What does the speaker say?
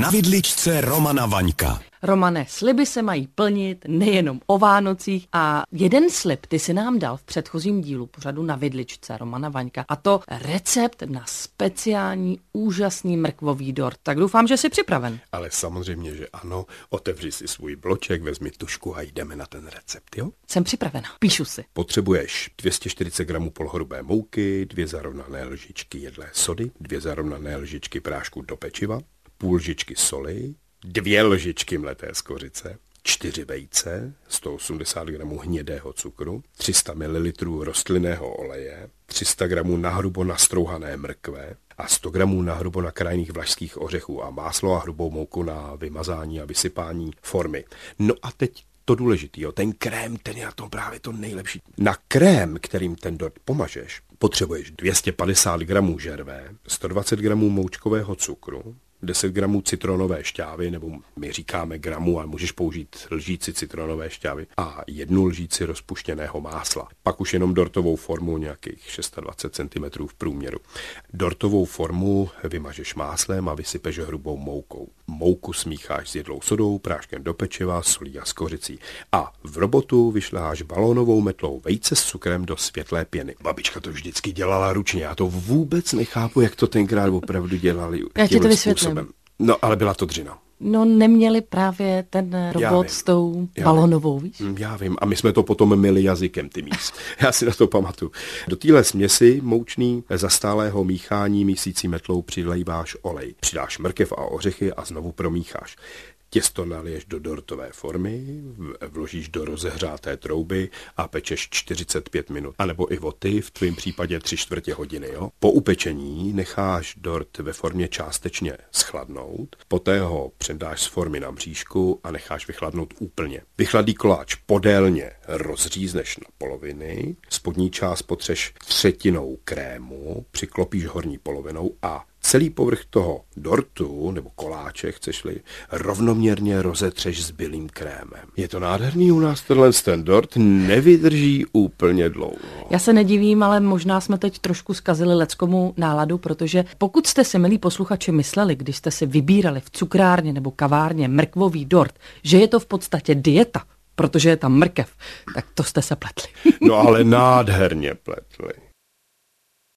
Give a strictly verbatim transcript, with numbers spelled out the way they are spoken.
Na vidličce Romana Vaňka. Romane, sliby se mají plnit nejenom o Vánocích a jeden slib ty si nám dal v předchozím dílu pořadu Na vidličce Romana Vaňka, a to recept na speciální úžasný mrkvový dort. Tak doufám, že jsi připraven. Ale samozřejmě, že ano. Otevři si svůj bloček, vezmi tužku a jdeme na ten recept, jo? Jsem připravena, píšu si. Potřebuješ dvě stě čtyřicet gramů polhrubé mouky, dvě zarovnané lžičky jedlé sody, dvě zarovnané lžičky prášku do pečiva, půl lžičky soli, dvě lžičky mleté skořice, čtyři vejce, sto osmdesát gramů hnědého cukru, tři sta mililitrů rostlinného oleje, tři sta gramů nahrubo nastrouhané mrkve a sto gramů nahrubo nakrájených vlašských ořechů a máslo a hrubou mouku na vymazání a vysypání formy. No a teď to důležitý, jo, ten krém, ten je na tom právě to nejlepší. Na krém, kterým ten dort pomažeš, potřebuješ dvě stě padesát gramů žervé, sto dvacet gramů moučkového cukru, deset gramů citronové šťávy, nebo my říkáme gramu, ale můžeš použít lžíci citronové šťávy a jednu lžíci rozpuštěného másla. Pak už jenom dortovou formu nějakých dvacet šest centimetrů v průměru. Dortovou formu vymažeš máslem a vysypeš hrubou moukou. Mouku smícháš s jedlou sodou, práškem do pečiva, solí a skořicí. A v robotu vyšleháš balónovou metlou vejce s cukrem do světlé pěny. Babička to vždycky dělala ručně. Já to vůbec nechápu, jak to tenkrát opravdu dělali. Já ti to vysvětlím. No, ale byla to dřina. No, neměli právě ten robot s tou balónovou, víš? Já vím. A my jsme to potom myli jazykem, ty míst. Já si na to pamatuju. Do téhle směsi moučný za stálého míchání mísící metlou přilejváš olej. Přidáš mrkev a ořechy a znovu promícháš. Těsto naliješ do dortové formy, vložíš do rozehřáté trouby a pečeš čtyřicet pět minut. A nebo i o ty, v tvém případě tři čtvrtě hodiny. Jo? Po upečení necháš dort ve formě částečně schladnout, poté ho předáš z formy na mřížku a necháš vychladnout úplně. Vychladlý koláč podélně rozřízneš na poloviny, spodní část potřeš třetinou krému, přiklopíš horní polovinou a celý povrch toho dortu, nebo koláče, chceš-li, rovnoměrně rozetřeš s bílým krémem. Je to nádherný, u nás tenhle ten dort nevydrží úplně dlouho. Já se nedivím, ale možná jsme teď trošku zkazili leckomu náladu, protože pokud jste si, milí posluchači, mysleli, když jste si vybírali v cukrárně nebo kavárně mrkvový dort, že je to v podstatě dieta, protože je tam mrkev, tak to jste se pletli. No ale nádherně pletli.